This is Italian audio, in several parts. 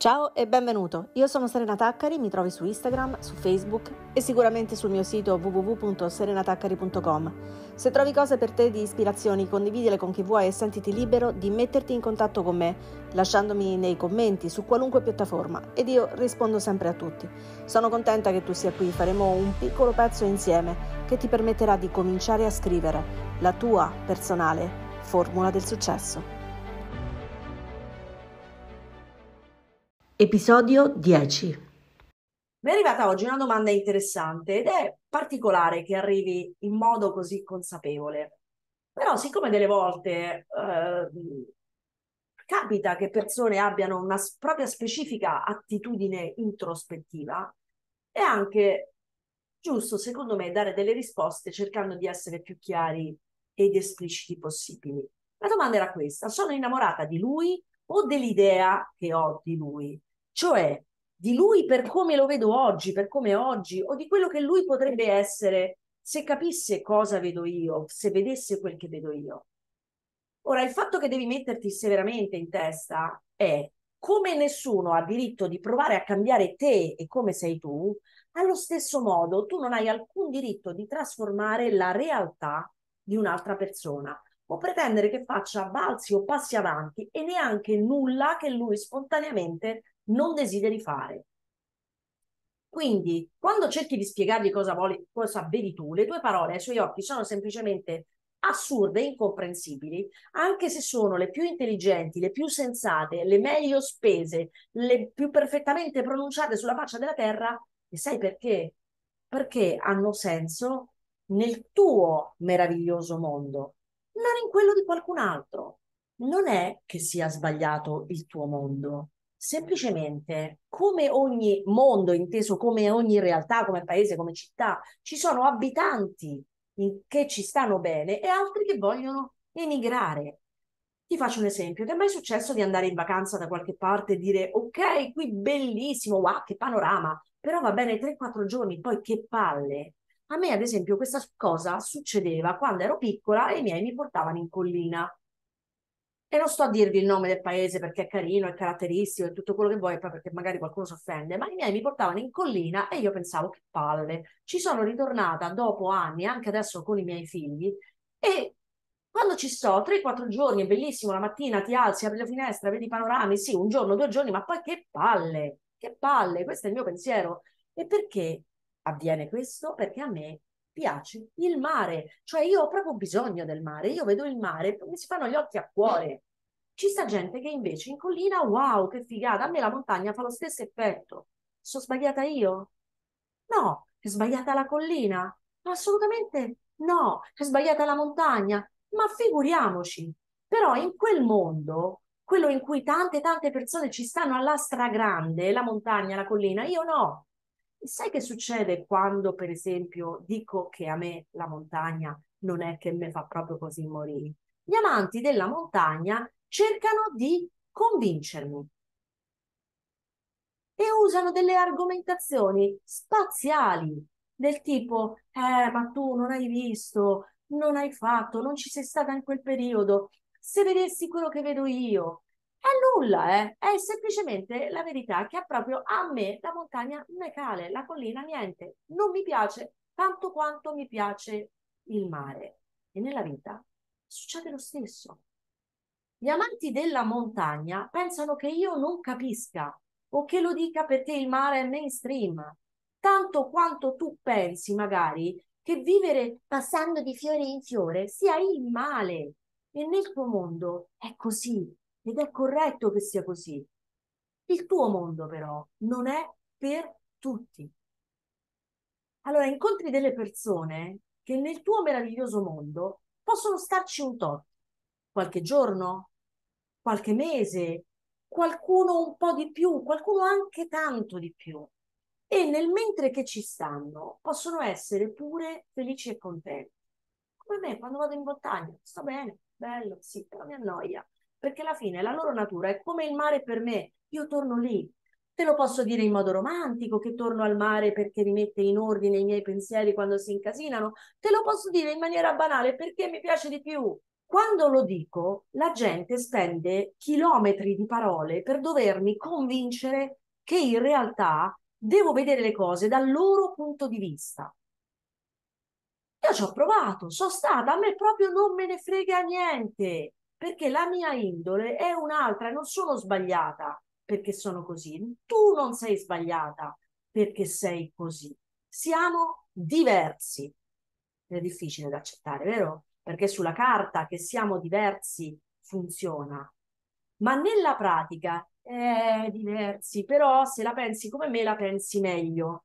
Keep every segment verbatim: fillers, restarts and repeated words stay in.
Ciao e benvenuto, io sono Serena Taccari, mi trovi su Instagram, su Facebook e sicuramente sul mio sito w w w punto serena taccari punto com. Se trovi cose per te di ispirazioni, condividile con chi vuoi e sentiti libero di metterti in contatto con me, lasciandomi nei commenti su qualunque piattaforma ed io rispondo sempre a tutti. Sono contenta che tu sia qui, faremo un piccolo pezzo insieme che ti permetterà di cominciare a scrivere la tua personale formula del successo. Episodio dieci. Mi è arrivata oggi una domanda interessante ed è particolare che arrivi in modo così consapevole. Però siccome delle volte eh, capita che persone abbiano una s- propria specifica attitudine introspettiva, è anche giusto, secondo me, dare delle risposte cercando di essere più chiari ed espliciti possibili. La domanda era questa: sono innamorata di lui o dell'idea che ho di lui? Cioè, di lui per come lo vedo oggi, per come è oggi, o di quello che lui potrebbe essere se capisse cosa vedo io, se vedesse quel che vedo io. Ora, il fatto che devi metterti severamente in testa è: come nessuno ha diritto di provare a cambiare te e come sei tu, allo stesso modo tu non hai alcun diritto di trasformare la realtà di un'altra persona o pretendere che faccia balzi o passi avanti e neanche nulla che lui spontaneamente non desideri fare. Quindi, quando cerchi di spiegargli cosa vuole, cosa vedi tu, le tue parole ai suoi occhi sono semplicemente assurde, incomprensibili, anche se sono le più intelligenti, le più sensate, le meglio spese, le più perfettamente pronunciate sulla faccia della terra. E sai perché? Perché hanno senso nel tuo meraviglioso mondo, non in quello di qualcun altro. Non è che sia sbagliato il tuo mondo. Semplicemente, come ogni mondo, inteso come ogni realtà, come paese, come città, ci sono abitanti in- che ci stanno bene e altri che vogliono emigrare. Ti faccio un esempio: ti è mai successo di andare in vacanza da qualche parte e dire ok, qui bellissimo, wow, che panorama, però va bene tre quattro giorni, poi che palle? A me, ad esempio, questa cosa succedeva quando ero piccola e i miei mi portavano in collina. E non sto a dirvi il nome del paese perché è carino, è caratteristico e tutto quello che vuoi, poi perché magari qualcuno si offende, ma i miei mi portavano in collina e io pensavo che palle. Ci sono ritornata dopo anni, anche adesso con i miei figli, e quando ci sto, tre quattro giorni, è bellissimo, la mattina ti alzi, apri la finestra, vedi i panorami, sì, un giorno, due giorni, ma poi che palle, che palle, questo è il mio pensiero. E perché avviene questo? Perché a me piace il mare, cioè io ho proprio bisogno del mare, io vedo il mare, mi si fanno gli occhi a cuore. Ci sta gente che invece in collina, wow, che figata, a me la montagna fa lo stesso effetto. Sono sbagliata io? No. È sbagliata la collina? Assolutamente no. È sbagliata la montagna? Ma figuriamoci. Però in quel mondo, quello in cui tante tante persone ci stanno alla stragrande, la montagna, la collina, io no. E sai che succede quando, per esempio, dico che a me la montagna non è che mi fa proprio così morire? Gli amanti della montagna cercano di convincermi e usano delle argomentazioni spaziali del tipo, eh, ma tu non hai visto, non hai fatto, non ci sei stata in quel periodo, se vedessi quello che vedo io. È nulla, eh? È semplicemente la verità che è proprio a me la montagna ne cale, la collina niente, non mi piace tanto quanto mi piace il mare. E nella vita succede lo stesso. Gli amanti della montagna pensano che io non capisca o che lo dica perché il mare è mainstream, tanto quanto tu pensi magari che vivere passando di fiore in fiore sia il male. E nel tuo mondo è così ed è corretto che sia così. Il tuo mondo però non è per tutti. Allora incontri delle persone che nel tuo meraviglioso mondo possono starci un tot, qualche giorno, qualche mese, qualcuno un po' di più, qualcuno anche tanto di più. E nel mentre che ci stanno, possono essere pure felici e contenti. Come me, quando vado in montagna, sto bene, bello, sì, però mi annoia, perché alla fine la loro natura è come il mare per me, io torno lì. Te lo posso dire in modo romantico, che torno al mare perché rimette in ordine i miei pensieri quando si incasinano, te lo posso dire in maniera banale perché mi piace di più. Quando lo dico, la gente spende chilometri di parole per dovermi convincere che in realtà devo vedere le cose dal loro punto di vista. Io ci ho provato, sono stata, a me proprio non me ne frega niente, perché la mia indole è un'altra, non sono sbagliata perché sono così. Tu non sei sbagliata perché sei così. Siamo diversi. È difficile da accettare, vero? Perché sulla carta che siamo diversi funziona, ma nella pratica è diversi, però se la pensi come me la pensi meglio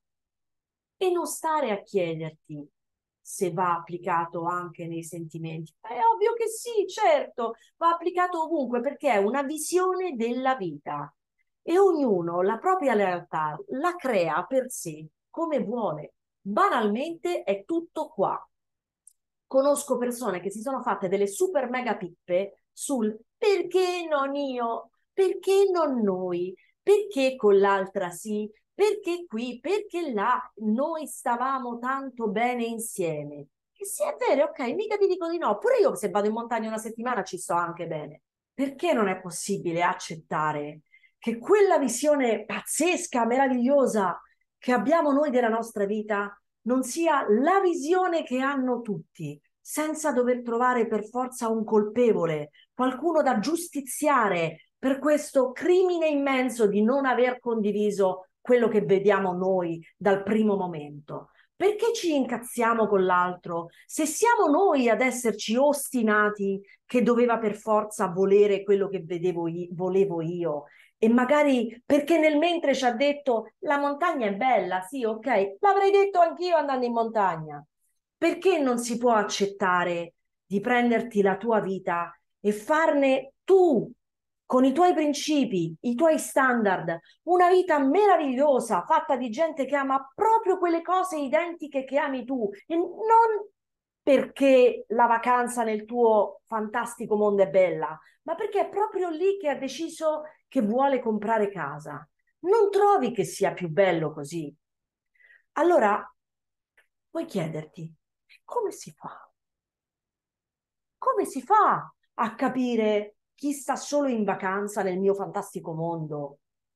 e non stare a chiederti se va applicato anche nei sentimenti. È ovvio che sì, certo, va applicato ovunque perché è una visione della vita e ognuno la propria realtà la crea per sé come vuole. Banalmente è tutto qua. Conosco persone che si sono fatte delle super mega pippe sul perché non io, perché non noi, perché con l'altra sì, perché qui, perché là, noi stavamo tanto bene insieme. E sì, è vero, ok, mica ti dico di no, pure io se vado in montagna una settimana ci sto anche bene. Perché non è possibile accettare che quella visione pazzesca, meravigliosa che abbiamo noi della nostra vita non sia la visione che hanno tutti, senza dover trovare per forza un colpevole, qualcuno da giustiziare per questo crimine immenso di non aver condiviso quello che vediamo noi dal primo momento. Perché ci incazziamo con l'altro? Se siamo noi ad esserci ostinati che doveva per forza volere quello che vedevo io, volevo io, e magari perché nel mentre ci ha detto la montagna è bella, sì, ok, l'avrei detto anch'io andando in montagna. Perché non si può accettare di prenderti la tua vita e farne tu, con i tuoi principi, i tuoi standard, una vita meravigliosa, fatta di gente che ama proprio quelle cose identiche che ami tu e non perché la vacanza nel tuo fantastico mondo è bella, ma perché è proprio lì che ha deciso che vuole comprare casa. Non trovi che sia più bello così? Allora, puoi chiederti, come si fa? Come si fa a capire chi sta solo in vacanza nel mio fantastico mondo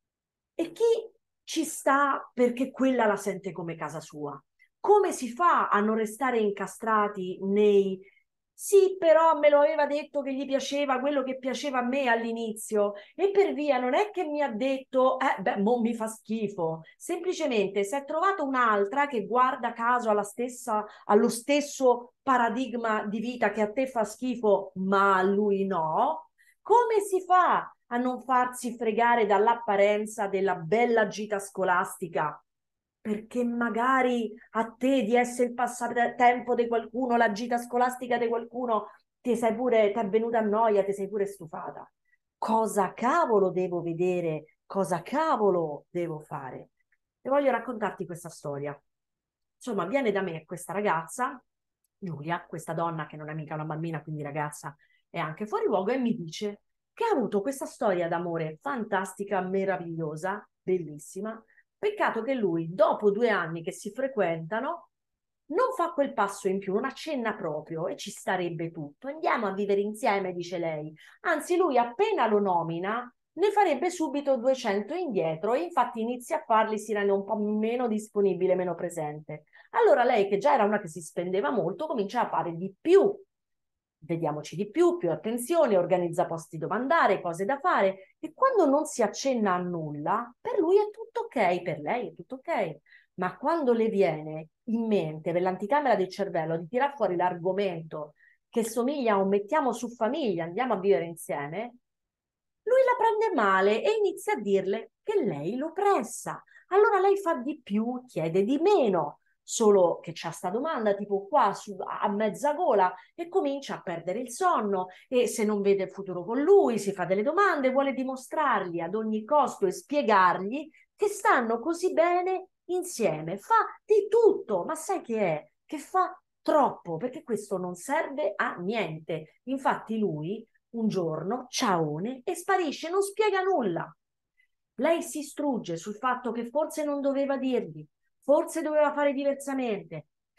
e chi ci sta perché quella la sente come casa sua? Come si fa a non restare incastrati nei sì, però me lo aveva detto che gli piaceva quello che piaceva a me all'inizio e per via non è che mi ha detto eh beh, mo mi fa schifo. Semplicemente si è trovato un'altra che guarda caso alla stessa, allo stesso paradigma di vita che a te fa schifo, ma a lui no. Come si fa a non farsi fregare dall'apparenza della bella gita scolastica? Perché magari a te di essere il passatempo di qualcuno, la gita scolastica di qualcuno, ti sei pure, ti è venuta a noia, ti sei pure stufata. Cosa cavolo devo vedere? Cosa cavolo devo fare? E voglio raccontarti questa storia. Insomma, viene da me questa ragazza, Giulia, questa donna che non è mica una bambina, quindi ragazza, è anche fuori luogo, e mi dice che ha avuto questa storia d'amore fantastica, meravigliosa, bellissima. Peccato che lui, dopo due anni che si frequentano, non fa quel passo in più, non accenna proprio e ci starebbe tutto. Andiamo a vivere insieme, dice lei. Anzi, lui appena lo nomina, ne farebbe subito duecento indietro e infatti inizia a farli, si rende un po' meno disponibile, meno presente. Allora lei, che già era una che si spendeva molto, comincia a fare di più. Vediamoci di più, più attenzione, organizza posti dove andare, cose da fare e quando non si accenna a nulla, per lui è tutto ok, per lei è tutto ok. Ma quando le viene in mente, per l'anticamera del cervello, di tirar fuori l'argomento che somiglia a un mettiamo su famiglia, andiamo a vivere insieme, lui la prende male e inizia a dirle che lei lo pressa. Allora lei fa di più, chiede di meno, solo che c'ha sta domanda tipo qua su, a mezza gola e comincia a perdere il sonno e se non vede il futuro con lui si fa delle domande, vuole dimostrargli ad ogni costo e spiegargli che stanno così bene insieme. Fa di tutto, ma sai che è? Che fa troppo, perché questo non serve a niente. Infatti lui un giorno, ciaone, e sparisce, non spiega nulla. Lei si strugge sul fatto che forse non doveva dirgli, forse doveva fare diversamente,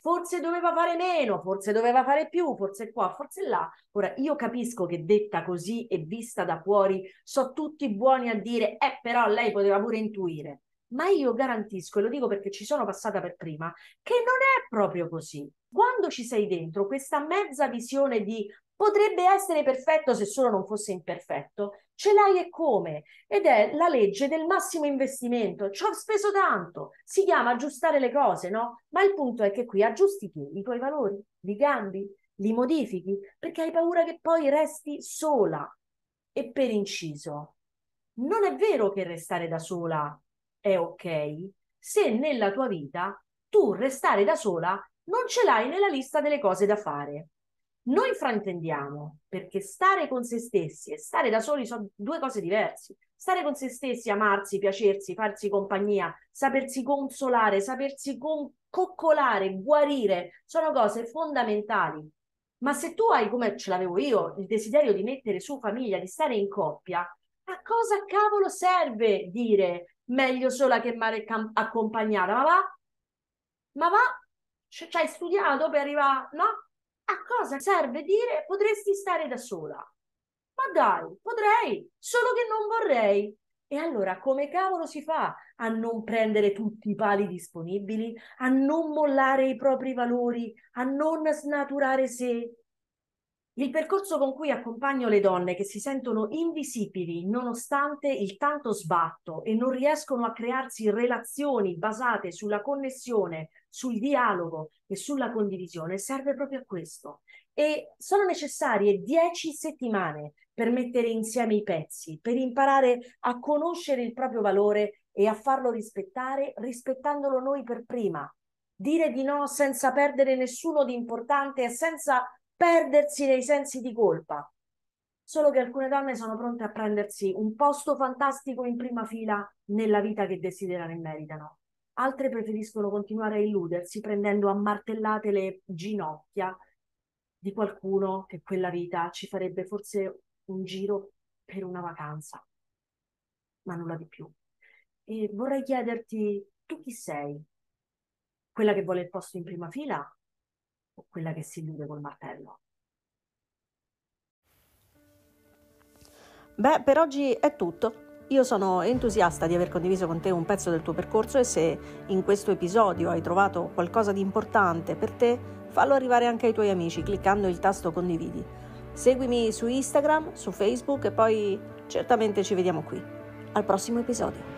forse doveva fare meno, forse doveva fare più, forse qua, forse là. Ora, io capisco che detta così e vista da fuori, so tutti buoni a dire, eh, però lei poteva pure intuire. Ma io garantisco, e lo dico perché ci sono passata per prima, che non è proprio così. Quando ci sei dentro, questa mezza visione di potrebbe essere perfetto se solo non fosse imperfetto, ce l'hai e come? Ed è la legge del massimo investimento. Ci ho speso tanto, si chiama aggiustare le cose, no? Ma il punto è che qui aggiusti chi? I tuoi valori, li cambi, li modifichi, perché hai paura che poi resti sola. E per inciso, non è vero che restare da sola è ok se nella tua vita tu restare da sola non ce l'hai nella lista delle cose da fare. Noi fraintendiamo, perché stare con se stessi e stare da soli sono due cose diverse. Stare con se stessi, amarsi, piacersi, farsi compagnia, sapersi consolare, sapersi con- coccolare, guarire, sono cose fondamentali. Ma se tu hai, come ce l'avevo io, il desiderio di mettere su famiglia, di stare in coppia, a cosa cavolo serve dire meglio sola che male cam- accompagnata? Ma va? Ma va? C- ci hai studiato per arrivare, no? A cosa serve dire potresti stare da sola? Ma dai, potrei, solo che non vorrei. E allora come cavolo si fa a non prendere tutti i pali disponibili, a non mollare i propri valori, a non snaturare sé? Il percorso con cui accompagno le donne che si sentono invisibili nonostante il tanto sbatto e non riescono a crearsi relazioni basate sulla connessione, sul dialogo e sulla condivisione serve proprio a questo. E sono necessarie dieci settimane per mettere insieme i pezzi, per imparare a conoscere il proprio valore e a farlo rispettare, rispettandolo noi per prima. Dire di no senza perdere nessuno di importante e senza perdersi nei sensi di colpa. Solo che alcune donne sono pronte a prendersi un posto fantastico in prima fila nella vita che desiderano e meritano. Altre preferiscono continuare a illudersi prendendo a martellate le ginocchia di qualcuno che quella vita ci farebbe forse un giro per una vacanza, ma nulla di più. E vorrei chiederti, tu chi sei? Quella che vuole il posto in prima fila o quella che si illude col martello? Beh, per oggi è tutto. Io sono entusiasta di aver condiviso con te un pezzo del tuo percorso e se in questo episodio hai trovato qualcosa di importante per te, fallo arrivare anche ai tuoi amici cliccando il tasto condividi. Seguimi su Instagram, su Facebook e poi certamente ci vediamo qui. Al prossimo episodio.